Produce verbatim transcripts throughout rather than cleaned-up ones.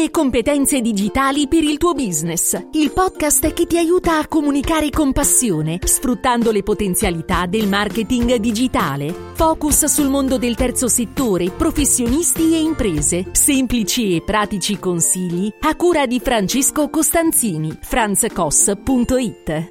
mie competenze digitali per il tuo business. Il podcast che ti aiuta a comunicare con passione, sfruttando le potenzialità del marketing digitale. Focus sul mondo del terzo settore, professionisti e imprese. Semplici e pratici consigli a cura di Francesco Costanzini. franz cos punto it.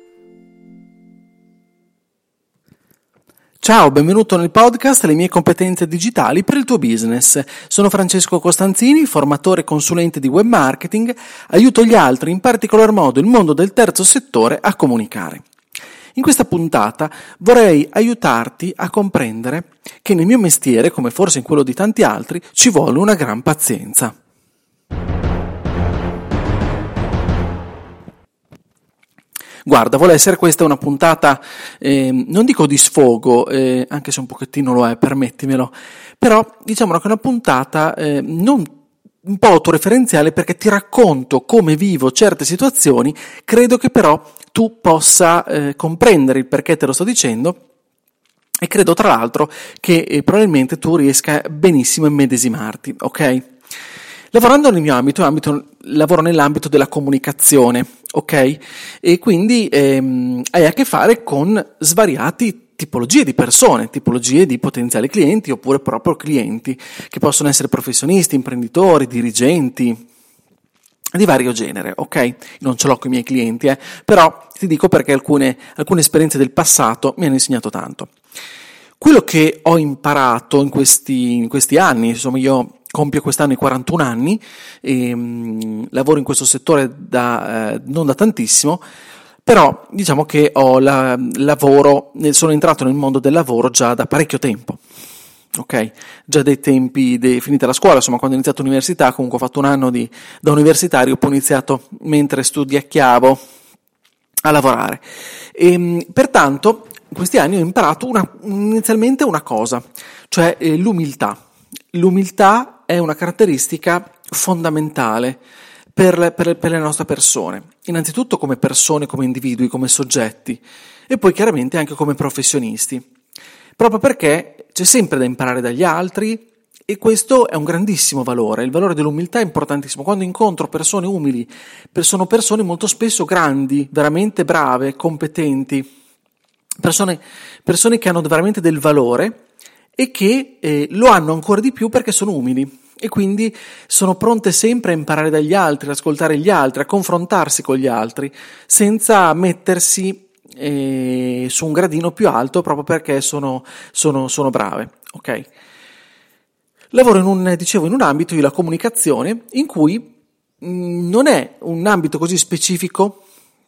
Ciao, benvenuto nel podcast Le mie competenze digitali per il tuo business. Sono Francesco Costanzini, formatore e consulente di web marketing. Aiuto gli altri, in particolar modo il mondo del terzo settore, a comunicare. In questa puntata vorrei aiutarti a comprendere che nel mio mestiere, come forse in quello di tanti altri, ci vuole una gran pazienza. Guarda, vuole essere questa una puntata, eh, non dico di sfogo, eh, anche se un pochettino lo è, permettimelo, però diciamo che è una puntata eh, non un po' autoreferenziale, perché ti racconto come vivo certe situazioni, credo che però tu possa eh, comprendere il perché te lo sto dicendo, e credo tra l'altro che eh, probabilmente tu riesca benissimo a immedesimarti, ok? Lavorando nel mio ambito, ambito, lavoro nell'ambito della comunicazione, ok? E quindi ehm, hai a che fare con svariati tipologie di persone, tipologie di potenziali clienti oppure proprio clienti, che possono essere professionisti, imprenditori, dirigenti, di vario genere, ok? Non ce l'ho con i miei clienti, eh? Però ti dico perché alcune, alcune esperienze del passato mi hanno insegnato tanto. Quello che ho imparato in questi, in questi anni, insomma io compio quest'anno i quarantuno anni e mh, lavoro in questo settore da, eh, non da tantissimo, però diciamo che ho la, lavoro, sono entrato nel mondo del lavoro già da parecchio tempo, ok? Già dai tempi di finita la scuola, insomma quando ho iniziato l'università, comunque ho fatto un anno di, da universitario, poi ho iniziato mentre studiacchiavo a lavorare e mh, pertanto in questi anni ho imparato una, inizialmente una cosa, cioè eh, l'umiltà. L'umiltà è una caratteristica fondamentale per, per, per le nostre persone, innanzitutto come persone, come individui, come soggetti e poi chiaramente anche come professionisti, proprio perché c'è sempre da imparare dagli altri e questo è un grandissimo valore. Il valore dell'umiltà è importantissimo. Quando incontro persone umili, sono persone molto spesso grandi, veramente brave, competenti, persone, persone che hanno veramente del valore e che eh, lo hanno ancora di più perché sono umili e quindi sono pronte sempre a imparare dagli altri, ad ascoltare gli altri, a confrontarsi con gli altri senza mettersi eh, su un gradino più alto proprio perché sono, sono, sono brave, ok? Lavoro in un, dicevo, in un ambito della comunicazione in cui mh, non è un ambito così specifico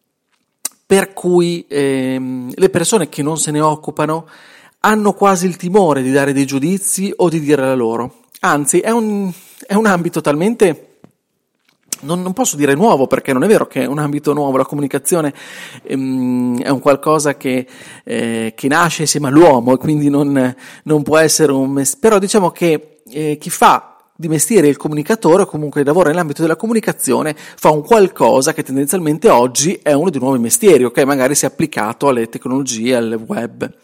per cui ehm, le persone che non se ne occupano hanno quasi il timore di dare dei giudizi o di dire la loro. Anzi, è un, è un ambito talmente, non, non posso dire nuovo, perché non è vero che è un ambito nuovo, la comunicazione ehm, è un qualcosa che, eh, che nasce insieme all'uomo e quindi non, non può essere un mestiere, però diciamo che eh, chi fa di mestiere il comunicatore o comunque lavora nell'ambito della comunicazione fa un qualcosa che tendenzialmente oggi è uno dei nuovi mestieri, ok? Magari si è applicato alle tecnologie, al web.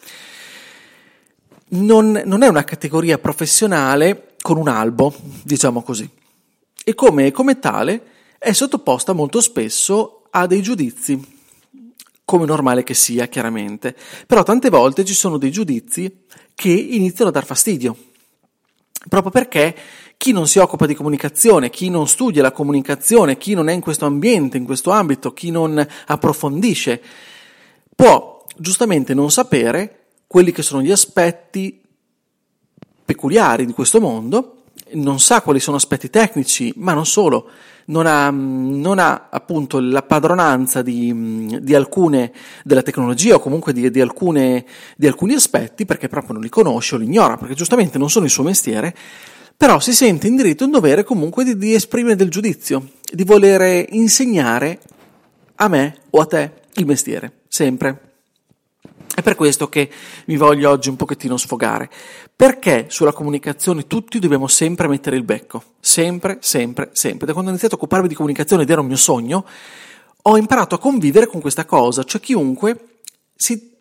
Non, non è una categoria professionale con un albo, diciamo così, e come, come tale è sottoposta molto spesso a dei giudizi, come normale che sia chiaramente, però tante volte ci sono dei giudizi che iniziano a dar fastidio, proprio perché chi non si occupa di comunicazione, chi non studia la comunicazione, chi non è in questo ambiente, in questo ambito, chi non approfondisce, può giustamente non sapere quelli che sono gli aspetti peculiari di questo mondo, non sa quali sono aspetti tecnici, ma non solo, non ha, non ha appunto la padronanza di, di alcune della tecnologia o comunque di, di, alcune, di alcuni aspetti perché proprio non li conosce o li ignora, perché giustamente non sono il suo mestiere, però si sente in diritto e in dovere comunque di, di esprimere del giudizio, di volere insegnare a me o a te il mestiere, sempre. È per questo che mi voglio oggi un pochettino sfogare, perché sulla comunicazione tutti dobbiamo sempre mettere il becco, sempre, sempre, sempre. Da quando ho iniziato a occuparmi di comunicazione ed era un mio sogno, ho imparato a convivere con questa cosa, cioè chiunque si,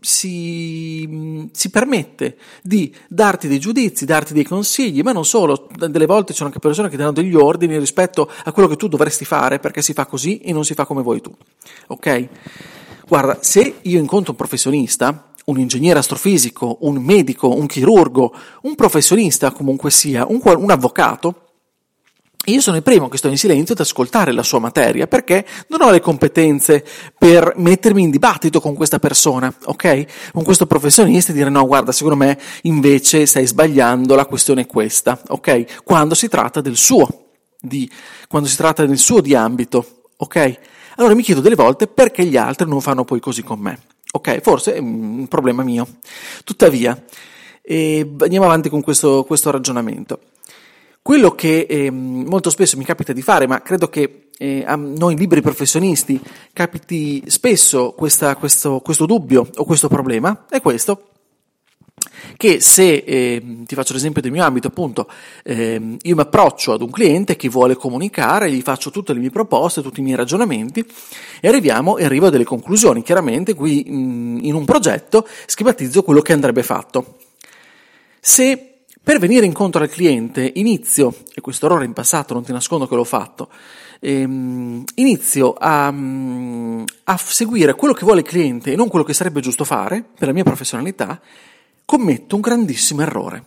si, si permette di darti dei giudizi, darti dei consigli, ma non solo, delle volte ci sono anche persone che danno degli ordini rispetto a quello che tu dovresti fare, perché si fa così e non si fa come vuoi tu, ok? Guarda, se io incontro un professionista, un ingegnere astrofisico, un medico, un chirurgo, un professionista comunque sia, un, un avvocato, io sono il primo che sto in silenzio ad ascoltare la sua materia, perché non ho le competenze per mettermi in dibattito con questa persona, ok? Con questo professionista e dire no, guarda, secondo me invece stai sbagliando, la questione è questa, ok? Quando si tratta del suo, di, quando si tratta del suo di ambito, ok? Allora mi chiedo delle volte perché gli altri non fanno poi così con me, ok? Forse è un problema mio. Tuttavia, eh, andiamo avanti con questo, questo ragionamento. Quello che eh, molto spesso mi capita di fare, ma credo che eh, a noi liberi professionisti capiti spesso questa, questo, questo dubbio o questo problema, è questo, che se, eh, ti faccio l'esempio del mio ambito, appunto, eh, io mi approccio ad un cliente che vuole comunicare, gli faccio tutte le mie proposte, tutti i miei ragionamenti e arriviamo e arrivo a delle conclusioni. Chiaramente qui mh, in un progetto schematizzo quello che andrebbe fatto. Se per venire incontro al cliente inizio, e questo errore in passato non ti nascondo che l'ho fatto, ehm, inizio a, a seguire quello che vuole il cliente e non quello che sarebbe giusto fare per la mia professionalità, commetto un grandissimo errore.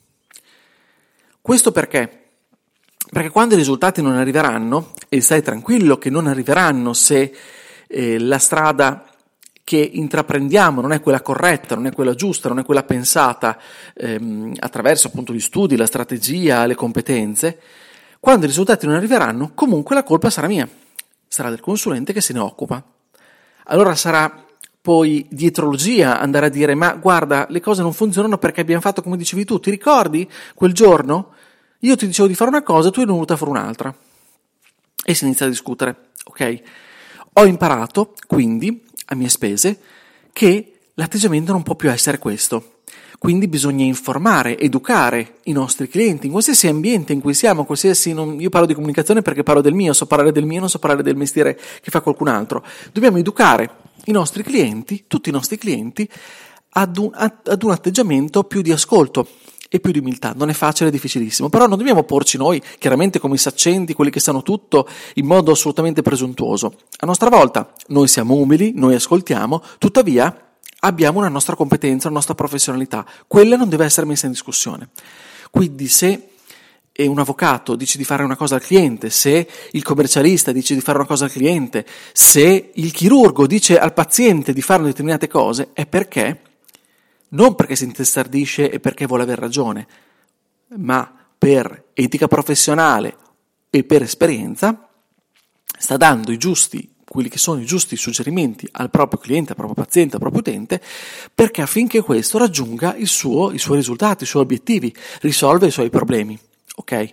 Questo perché? Perché quando i risultati non arriveranno, e stai tranquillo che non arriveranno se eh, la strada che intraprendiamo non è quella corretta, non è quella giusta, non è quella pensata ehm, attraverso appunto gli studi, la strategia, le competenze, quando i risultati non arriveranno, comunque la colpa sarà mia, sarà del consulente che se ne occupa. Allora sarà poi dietrologia andare a dire ma guarda, le cose non funzionano perché abbiamo fatto come dicevi tu, ti ricordi quel giorno? Io ti dicevo di fare una cosa, tu hai venuto a fare un'altra. E si inizia a discutere, ok? Ho imparato, quindi, a mie spese, che l'atteggiamento non può più essere questo. Quindi bisogna informare, educare i nostri clienti in qualsiasi ambiente in cui siamo, qualsiasi, non, io parlo di comunicazione perché parlo del mio, so parlare del mio, non so parlare del mestiere che fa qualcun altro. Dobbiamo educare i nostri clienti, tutti i nostri clienti, ad un, ad un atteggiamento più di ascolto e più di umiltà. Non è facile, è difficilissimo, però non dobbiamo porci noi, chiaramente come i saccenti, quelli che sanno tutto, in modo assolutamente presuntuoso. A nostra volta, noi siamo umili, noi ascoltiamo, tuttavia abbiamo una nostra competenza, una nostra professionalità. Quella non deve essere messa in discussione. Quindi se un avvocato dice di fare una cosa al cliente, se il commercialista dice di fare una cosa al cliente, se il chirurgo dice al paziente di fare determinate cose, è perché non perché si intestardisce e perché vuole aver ragione, ma per etica professionale e per esperienza sta dando i giusti, quelli che sono i giusti suggerimenti al proprio cliente, al proprio paziente, al proprio utente, perché affinché questo raggiunga il suo, i suoi risultati, i suoi obiettivi, risolve i suoi problemi, ok?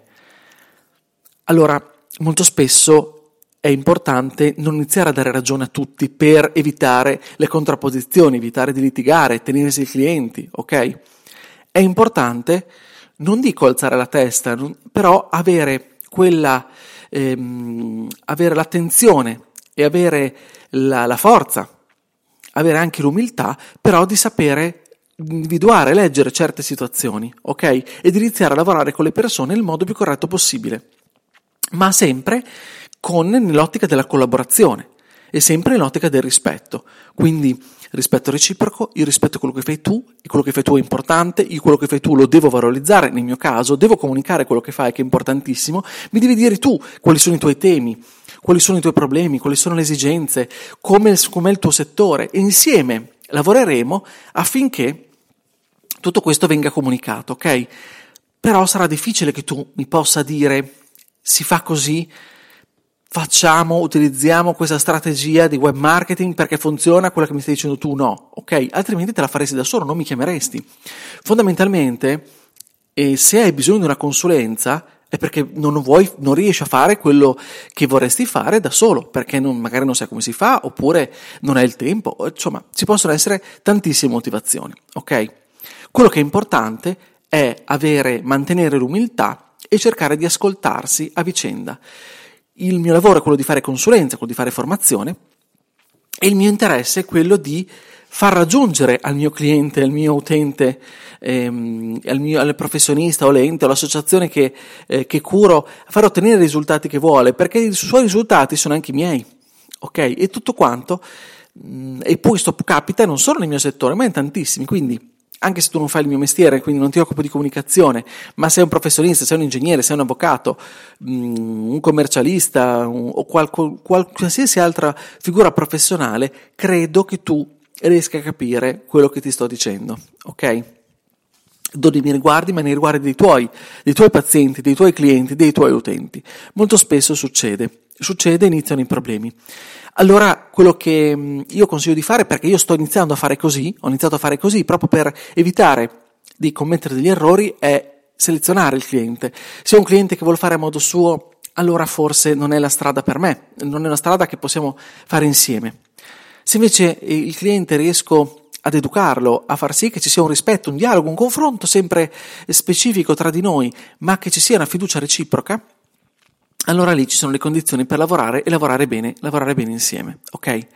Allora, molto spesso è importante non iniziare a dare ragione a tutti per evitare le contrapposizioni, evitare di litigare, tenersi i clienti, ok? È importante, non dico alzare la testa, non, però avere quella, ehm, avere l'attenzione e avere la, la forza, avere anche l'umiltà, però di sapere individuare, leggere certe situazioni, ok? Ed iniziare a lavorare con le persone nel modo più corretto possibile, ma sempre con nell'ottica della collaborazione e sempre nell'ottica del rispetto. Quindi rispetto reciproco, il rispetto a quello che fai tu, e quello che fai tu è importante, io quello che fai tu lo devo valorizzare, nel mio caso devo comunicare quello che fai che è importantissimo, mi devi dire tu quali sono i tuoi temi, quali sono i tuoi problemi, quali sono le esigenze, come com'è il tuo settore, e insieme lavoreremo affinché tutto questo venga comunicato, ok? Però sarà difficile che tu mi possa dire si fa così, facciamo, utilizziamo questa strategia di web marketing perché funziona, quella che mi stai dicendo tu no, ok? Altrimenti te la faresti da solo, non mi chiameresti. Fondamentalmente, eh, se hai bisogno di una consulenza è perché non vuoi, non riesci a fare quello che vorresti fare da solo, perché non, magari non sai come si fa, oppure non hai il tempo, insomma, ci possono essere tantissime motivazioni, ok? Quello che è importante è avere, mantenere l'umiltà e cercare di ascoltarsi a vicenda. Il mio lavoro è quello di fare consulenza, quello di fare formazione, E il mio interesse è quello di far raggiungere al mio cliente, al mio utente, ehm, al, mio, al professionista o l'ente o l'associazione che, eh, che curo, far ottenere i risultati che vuole, perché i suoi risultati sono anche i miei, ok? E tutto quanto, mh, e poi questo capita non solo nel mio settore, ma in tantissimi, quindi anche se tu non fai il mio mestiere, quindi non ti occupi di comunicazione, ma sei un professionista, sei un ingegnere, sei un avvocato, mh, un commercialista un, o qual, qual, qualsiasi altra figura professionale, credo che tu riesca a capire quello che ti sto dicendo, ok? Non nei miei riguardi, ma nei riguardi dei tuoi, dei tuoi pazienti, dei tuoi clienti, dei tuoi utenti. Molto spesso succede, succede e iniziano i problemi. Allora, quello che io consiglio di fare, perché io sto iniziando a fare così, ho iniziato a fare così proprio per evitare di commettere degli errori, è selezionare il cliente. Se è un cliente che vuole fare a modo suo, allora forse non è la strada per me, non è una strada che possiamo fare insieme. Se invece il cliente riesco ad educarlo, a far sì che ci sia un rispetto, un dialogo, un confronto sempre specifico tra di noi, ma che ci sia una fiducia reciproca, allora lì ci sono le condizioni per lavorare e lavorare bene, lavorare bene insieme, ok?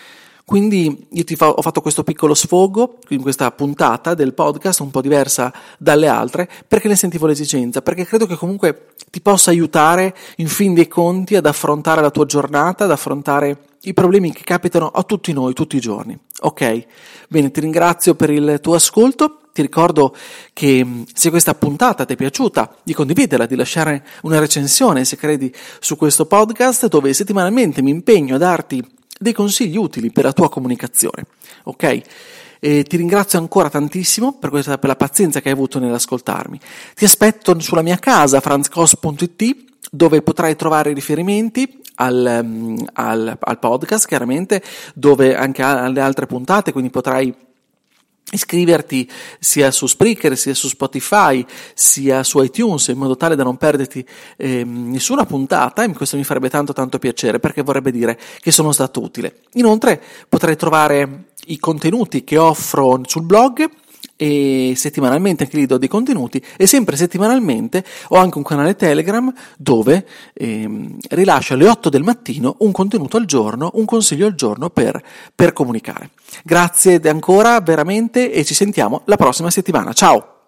Quindi io ti fa, ho fatto questo piccolo sfogo in questa puntata del podcast, un po' diversa dalle altre, perché ne sentivo l'esigenza, perché credo che comunque ti possa aiutare in fin dei conti ad affrontare la tua giornata, ad affrontare i problemi che capitano a tutti noi, tutti i giorni. Ok? Bene, ti ringrazio per il tuo ascolto. Ti ricordo che se questa puntata ti è piaciuta, di condividerla, di lasciare una recensione se credi su questo podcast, dove settimanalmente mi impegno a darti dei consigli utili per la tua comunicazione. Ok? E ti ringrazio ancora tantissimo per, questa, per la pazienza che hai avuto nell'ascoltarmi. Ti aspetto sulla mia casa, franz cos punto it, dove potrai trovare riferimenti al, al, al podcast, chiaramente, dove anche alle altre puntate, quindi potrai iscriverti sia su Spreaker, sia su Spotify, sia su iTunes, in modo tale da non perderti eh, nessuna puntata, e questo mi farebbe tanto tanto piacere, perché vorrebbe dire che sono stato utile. Inoltre potrai trovare i contenuti che offro sul blog, e settimanalmente anche lì do dei contenuti, e sempre settimanalmente ho anche un canale Telegram dove ehm, rilascio alle otto del mattino un contenuto al giorno, un consiglio al giorno per, per comunicare. Grazie ancora veramente, e ci sentiamo la prossima settimana. Ciao!